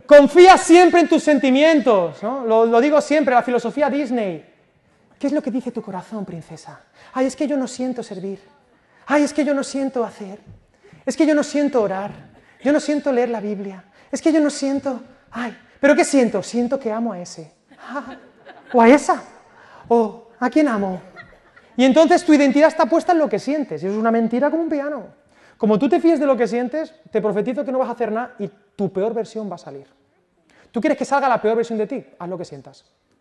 Confía siempre en tus sentimientos, ¿no? Lo digo siempre, la filosofía Disney. ¿Qué es lo que dice tu corazón, princesa? Ay, es que yo no siento servir. Ay, es que yo no siento hacer. Es que yo no siento orar. Yo no siento leer la Biblia. Es que yo no siento... Ay, ¿pero qué siento? Siento que amo a ese. O a esa. O ¿a quién amo? Y entonces tu identidad está puesta en lo que sientes. Y eso es una mentira como un piano. Como tú te fíes de lo que sientes, te profetizo que no vas a hacer nada y tu peor versión va a salir. ¿Tú quieres que salga la peor versión de ti? Haz lo que sientas.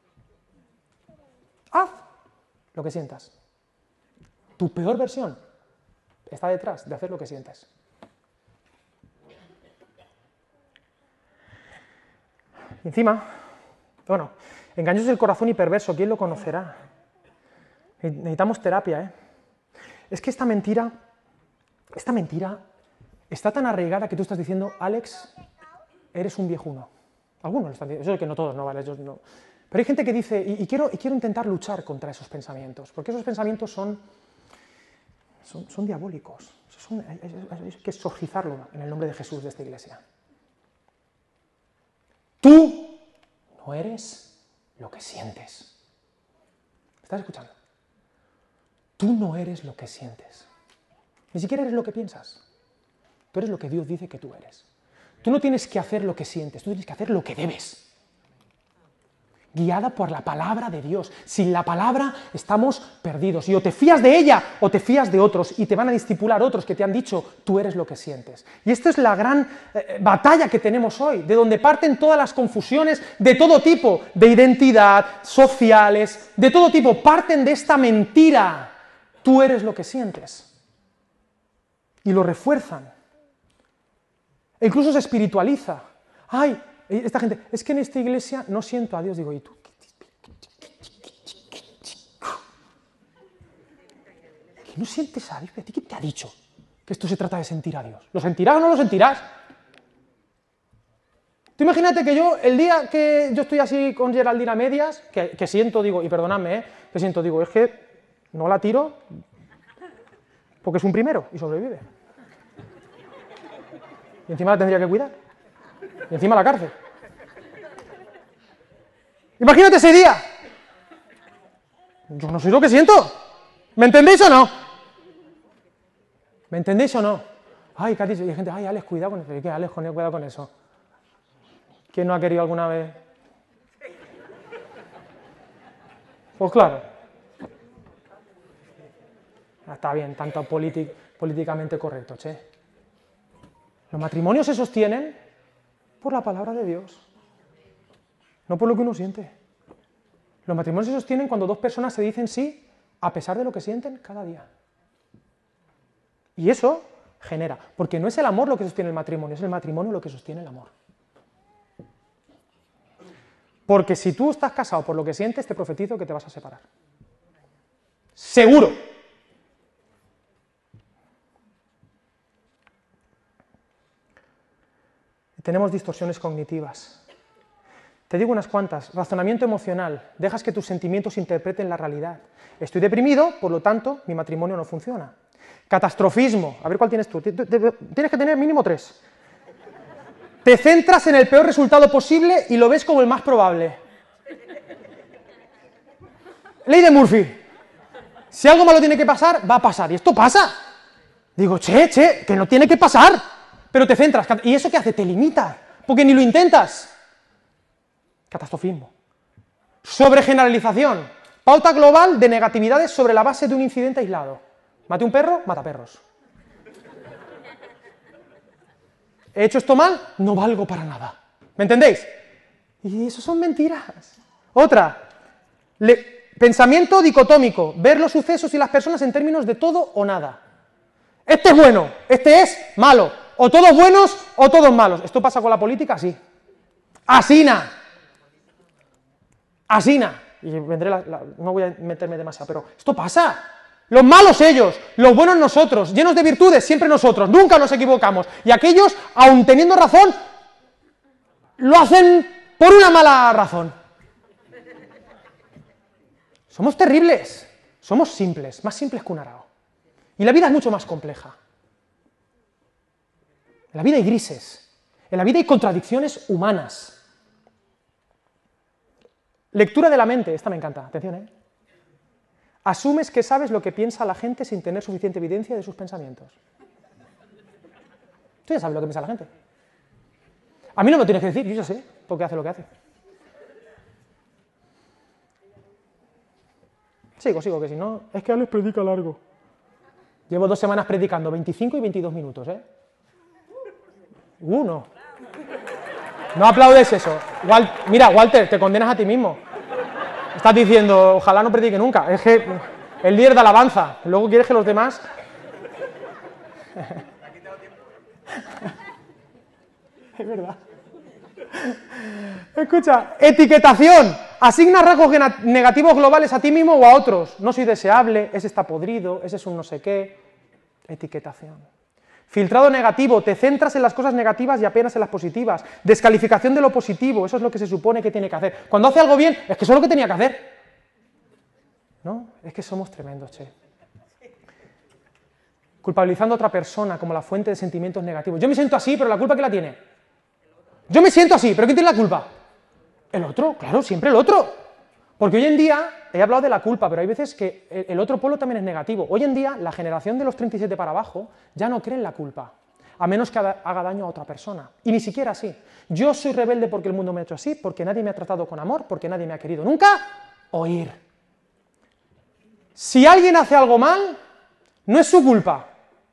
Haz lo que sientas. Tu peor versión está detrás de hacer lo que sientes. Y encima, bueno, engañoso es el corazón y perverso, ¿quién lo conocerá? Necesitamos terapia, ¿eh? Es que esta mentira está tan arraigada que tú estás diciendo, Alex, eres un viejuno. Algunos lo están diciendo, eso es que no todos, no, vale, yo no. Pero hay gente que dice, y quiero intentar luchar contra esos pensamientos, porque esos pensamientos son diabólicos. Hay que exorcizarlo en el nombre de Jesús de esta iglesia. Tú no eres lo que sientes. ¿Me estás escuchando? Tú no eres lo que sientes. Ni siquiera eres lo que piensas. Tú eres lo que Dios dice que tú eres. Tú no tienes que hacer lo que sientes, tú tienes que hacer lo que debes. Guiada por la palabra de Dios. Sin la palabra estamos perdidos. Y o te fías de ella o te fías de otros. Y te van a discipular otros que te han dicho, tú eres lo que sientes. Y esta es la gran batalla que tenemos hoy, de donde parten todas las confusiones de todo tipo, de identidad, sociales, de todo tipo. Parten de esta mentira. Tú eres lo que sientes. Y lo refuerzan. E incluso se espiritualiza. Ay, esta gente, es que en esta iglesia no siento a Dios. Digo, ¿y tú? ¿Qué no sientes a Dios? ¿A ti quién te ha dicho que esto se trata de sentir a Dios? ¿Lo sentirás o no lo sentirás? Tú imagínate que yo, el día que yo estoy así con Geraldine a medias, que siento, digo, y perdonadme, que siento, digo, es que no la tiro porque es un primero y sobrevive. Y encima la tendría que cuidar. Y encima la cárcel. Imagínate ese día. Yo no sé lo que siento. ¿Me entendéis o no? ¿Me entendéis o no? Ay, ¿qué has dicho? Y hay gente, ay, Alex, cuidado con eso. ¿Y qué, Alex, cuidado con eso? ¿Quién no ha querido alguna vez? Pues claro. Está bien, tanto políticamente correcto, che. Los matrimonios se sostienen por la palabra de Dios, no por lo que uno siente. Los matrimonios se sostienen cuando dos personas se dicen sí, a pesar de lo que sienten cada día. Y eso genera, porque no es el amor lo que sostiene el matrimonio, es el matrimonio lo que sostiene el amor. Porque si tú estás casado por lo que sientes, te profetizo que te vas a separar. ¡Seguro! Tenemos distorsiones cognitivas. Te digo unas cuantas. Razonamiento emocional. Dejas que tus sentimientos interpreten la realidad. Estoy deprimido, por lo tanto, mi matrimonio no funciona. Catastrofismo. A ver cuál tienes tú. Tienes que tener mínimo 3. Te centras en el peor resultado posible y lo ves como el más probable. Ley de Murphy. Si algo malo tiene que pasar, va a pasar. Y esto pasa. Digo, che, que no tiene que pasar. Pero te centras. ¿Y eso qué hace? Te limita. Porque ni lo intentas. Catastrofismo. Sobregeneralización. Pauta global de negatividades sobre la base de un incidente aislado. Mate un perro, mata perros. ¿He hecho esto mal? No valgo para nada. ¿Me entendéis? Y eso son mentiras. Otra. Pensamiento dicotómico. Ver los sucesos y las personas en términos de todo o nada. Este es bueno, este es malo. O todos buenos o todos malos. ¿Esto pasa con la política? Sí. Asina. Y vendré no voy a meterme demasiado, pero esto pasa. Los malos ellos, los buenos nosotros, llenos de virtudes, siempre nosotros, nunca nos equivocamos. Y aquellos, aun teniendo razón, lo hacen por una mala razón. Somos terribles, somos simples, más simples que un arao. Y la vida es mucho más compleja. En la vida hay grises. En la vida hay contradicciones humanas. Lectura de la mente, esta me encanta, atención, ¿eh? Asumes que sabes lo que piensa la gente sin tener suficiente evidencia de sus pensamientos. Tú ya sabes lo que piensa la gente. A mí no me lo tienes que decir, yo ya sé, porque hace lo que hace. Sigo, que si no, es que Alex predica largo. Llevo 2 semanas predicando, 25 y 22 minutos, ¿eh? No. No aplaudes eso. Mira, Walter, te condenas a ti mismo. Estás diciendo, ojalá no predique nunca. Es que el líder de alabanza, luego quieres que los demás... Es verdad. Escucha, etiquetación. Asigna rasgos negativos globales a ti mismo o a otros. No soy deseable, ese está podrido, ese es un no sé qué. Etiquetación. Filtrado negativo, te centras en las cosas negativas y apenas en las positivas. Descalificación de lo positivo, eso es lo que se supone que tiene que hacer. Cuando hace algo bien, es que eso es lo que tenía que hacer. ¿No? Es que somos tremendos, che. Culpabilizando a otra persona como la fuente de sentimientos negativos. Yo me siento así, pero ¿la culpa quién la tiene? Yo me siento así, pero ¿quién tiene la culpa? El otro, claro, siempre el otro. Porque hoy en día, he hablado de la culpa, pero hay veces que el otro polo también es negativo. Hoy en día, la generación de los 37 para abajo ya no cree en la culpa, a menos que haga daño a otra persona. Y ni siquiera así. Yo soy rebelde porque el mundo me ha hecho así, porque nadie me ha tratado con amor, porque nadie me ha querido nunca oír. Si alguien hace algo mal, no es su culpa.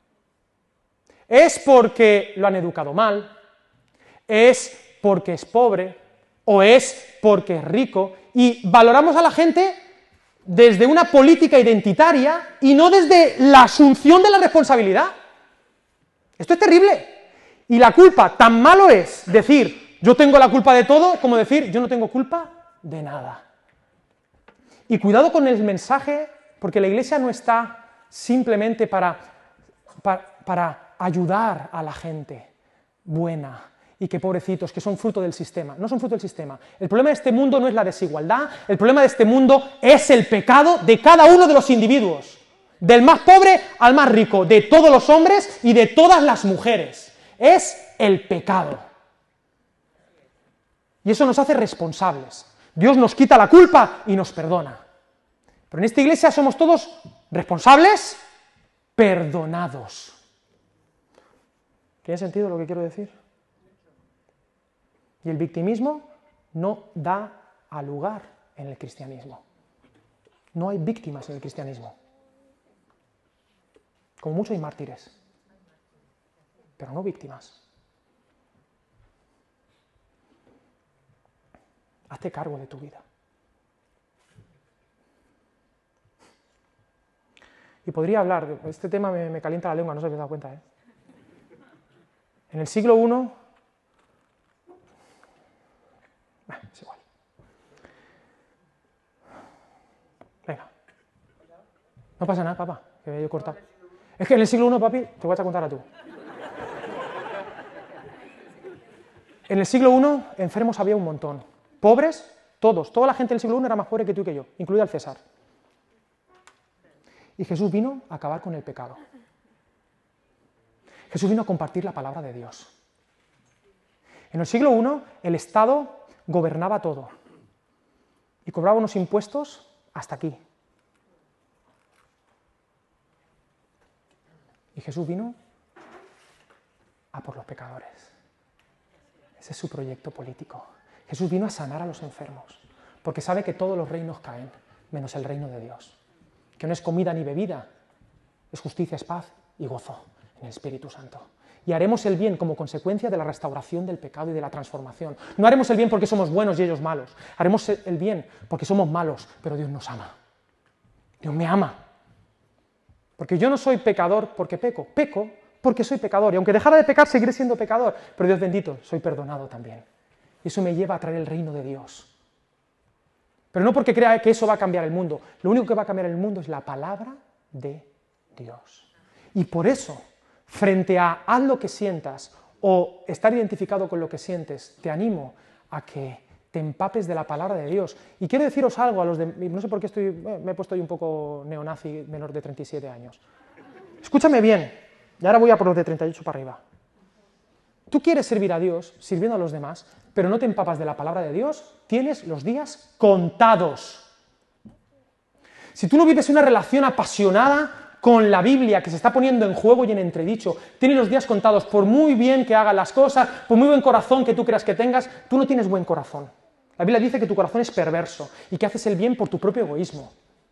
Es porque lo han educado mal, es porque es pobre, o es porque es rico, y valoramos a la gente desde una política identitaria y no desde la asunción de la responsabilidad. Esto es terrible. Y la culpa, tan malo es decir, yo tengo la culpa de todo, como decir, yo no tengo culpa de nada. Y cuidado con el mensaje, porque la Iglesia no está simplemente para ayudar a la gente buena, y que pobrecitos, que son fruto del sistema. No son fruto del sistema. El problema de este mundo no es la desigualdad, el problema de este mundo es el pecado de cada uno de los individuos, del más pobre al más rico, de todos los hombres y de todas las mujeres. Es el pecado. Y eso nos hace responsables. Dios nos quita la culpa y nos perdona. Pero en esta iglesia somos todos responsables, perdonados. ¿Tiene sentido lo que quiero decir? Y el victimismo no da lugar en el cristianismo. No hay víctimas en el cristianismo. Como mucho hay mártires, pero no víctimas. Hazte cargo de tu vida. Y podría hablar, este tema me calienta la lengua, no se habéis dado cuenta, ¿eh? En el siglo I, es igual. Venga. No pasa nada, papá, que yo he cortado. Es que en el siglo I, papi, te voy a contar a tú. En el siglo I, enfermos había un montón. Pobres, todos. Toda la gente del siglo I era más pobre que tú y que yo, incluido el César. Y Jesús vino a acabar con el pecado. Jesús vino a compartir la palabra de Dios. En el siglo I, el Estado gobernaba todo y cobraba unos impuestos hasta aquí. Y Jesús vino a por los pecadores. Ese es su proyecto político. Jesús vino a sanar a los enfermos, porque sabe que todos los reinos caen, menos el reino de Dios, que no es comida ni bebida, es justicia, es paz y gozo en el Espíritu Santo. Y haremos el bien como consecuencia de la restauración del pecado y de la transformación. No haremos el bien porque somos buenos y ellos malos. Haremos el bien porque somos malos, pero Dios nos ama. Dios me ama. Porque yo no soy pecador porque peco. Peco porque soy pecador. Y aunque dejara de pecar, seguiré siendo pecador. Pero Dios bendito, soy perdonado también. Y eso me lleva a traer el reino de Dios. Pero no porque crea que eso va a cambiar el mundo. Lo único que va a cambiar el mundo es la palabra de Dios. Y por eso, frente a haz lo que sientas o estar identificado con lo que sientes, te animo a que te empapes de la palabra de Dios. Y quiero deciros algo a los de... No sé por qué me he puesto hoy un poco neonazi menor de 37 años. Escúchame bien, y ahora voy a por los de 38 para arriba. Tú quieres servir a Dios sirviendo a los demás, pero no te empapas de la palabra de Dios, tienes los días contados. Si tú no vives una relación apasionada con la Biblia que se está poniendo en juego y en entredicho, tienes los días contados, por muy bien que hagas las cosas, por muy buen corazón que tú creas que tengas, tú no tienes buen corazón. La Biblia dice que tu corazón es perverso y que haces el bien por tu propio egoísmo.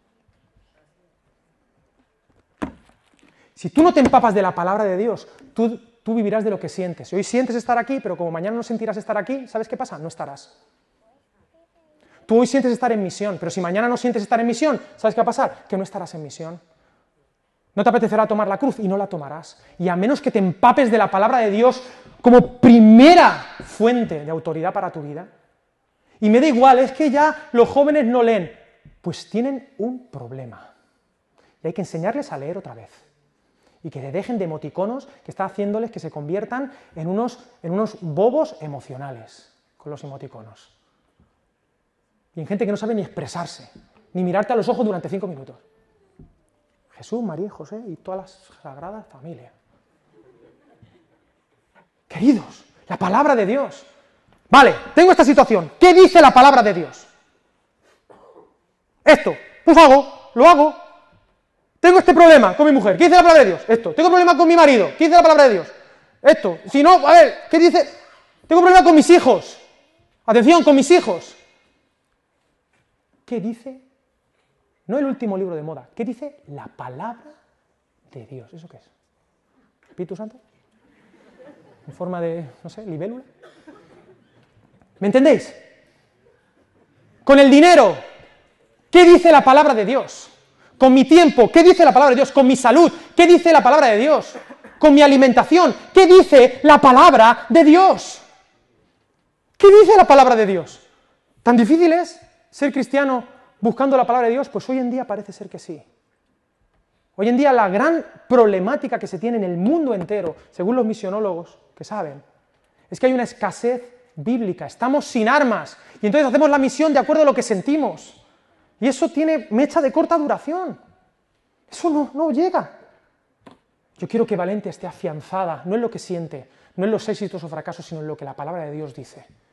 Si tú no te empapas de la palabra de Dios, tú vivirás de lo que sientes. Si hoy sientes estar aquí, pero como mañana no sentirás estar aquí, ¿sabes qué pasa? No estarás. Tú hoy sientes estar en misión, pero si mañana no sientes estar en misión, ¿sabes qué va a pasar? Que no estarás en misión. No te apetecerá tomar la cruz y no la tomarás. Y a menos que te empapes de la palabra de Dios como primera fuente de autoridad para tu vida, y me da igual, es que ya los jóvenes no leen, pues tienen un problema. Y hay que enseñarles a leer otra vez. Y que te dejen de emoticonos que está haciéndoles que se conviertan en unos bobos emocionales con los emoticonos. Y en gente que no sabe ni expresarse, ni mirarte a los ojos durante 5 minutos. Jesús, María y José y todas las sagradas familias. Queridos, la palabra de Dios. Vale, tengo esta situación. ¿Qué dice la palabra de Dios? Esto, pues lo hago. Tengo este problema con mi mujer, ¿qué dice la palabra de Dios? Esto. Tengo problema con mi marido, ¿qué dice la palabra de Dios? Esto. Si no, a ver, ¿qué dice? Tengo problema con mis hijos. Atención, con mis hijos. ¿Qué dice? No el último libro de moda, ¿qué dice la palabra de Dios? ¿Eso qué es? ¿Espíritu Santo? ¿En forma de, no sé, libélula? ¿Me entendéis? Con el dinero, ¿qué dice la palabra de Dios? Con mi tiempo, ¿qué dice la palabra de Dios? Con mi salud, ¿qué dice la palabra de Dios? Con mi alimentación, ¿qué dice la palabra de Dios? ¿Qué dice la palabra de Dios? ¿Tan difícil es ser cristiano buscando la palabra de Dios? Pues hoy en día parece ser que sí. Hoy en día la gran problemática que se tiene en el mundo entero, según los misionólogos que saben, es que hay una escasez bíblica, estamos sin armas, y entonces hacemos la misión de acuerdo a lo que sentimos. Y eso tiene mecha de corta duración. Eso no llega. Yo quiero que Valente esté afianzada, no en lo que siente, no en los éxitos o fracasos, sino en lo que la palabra de Dios dice.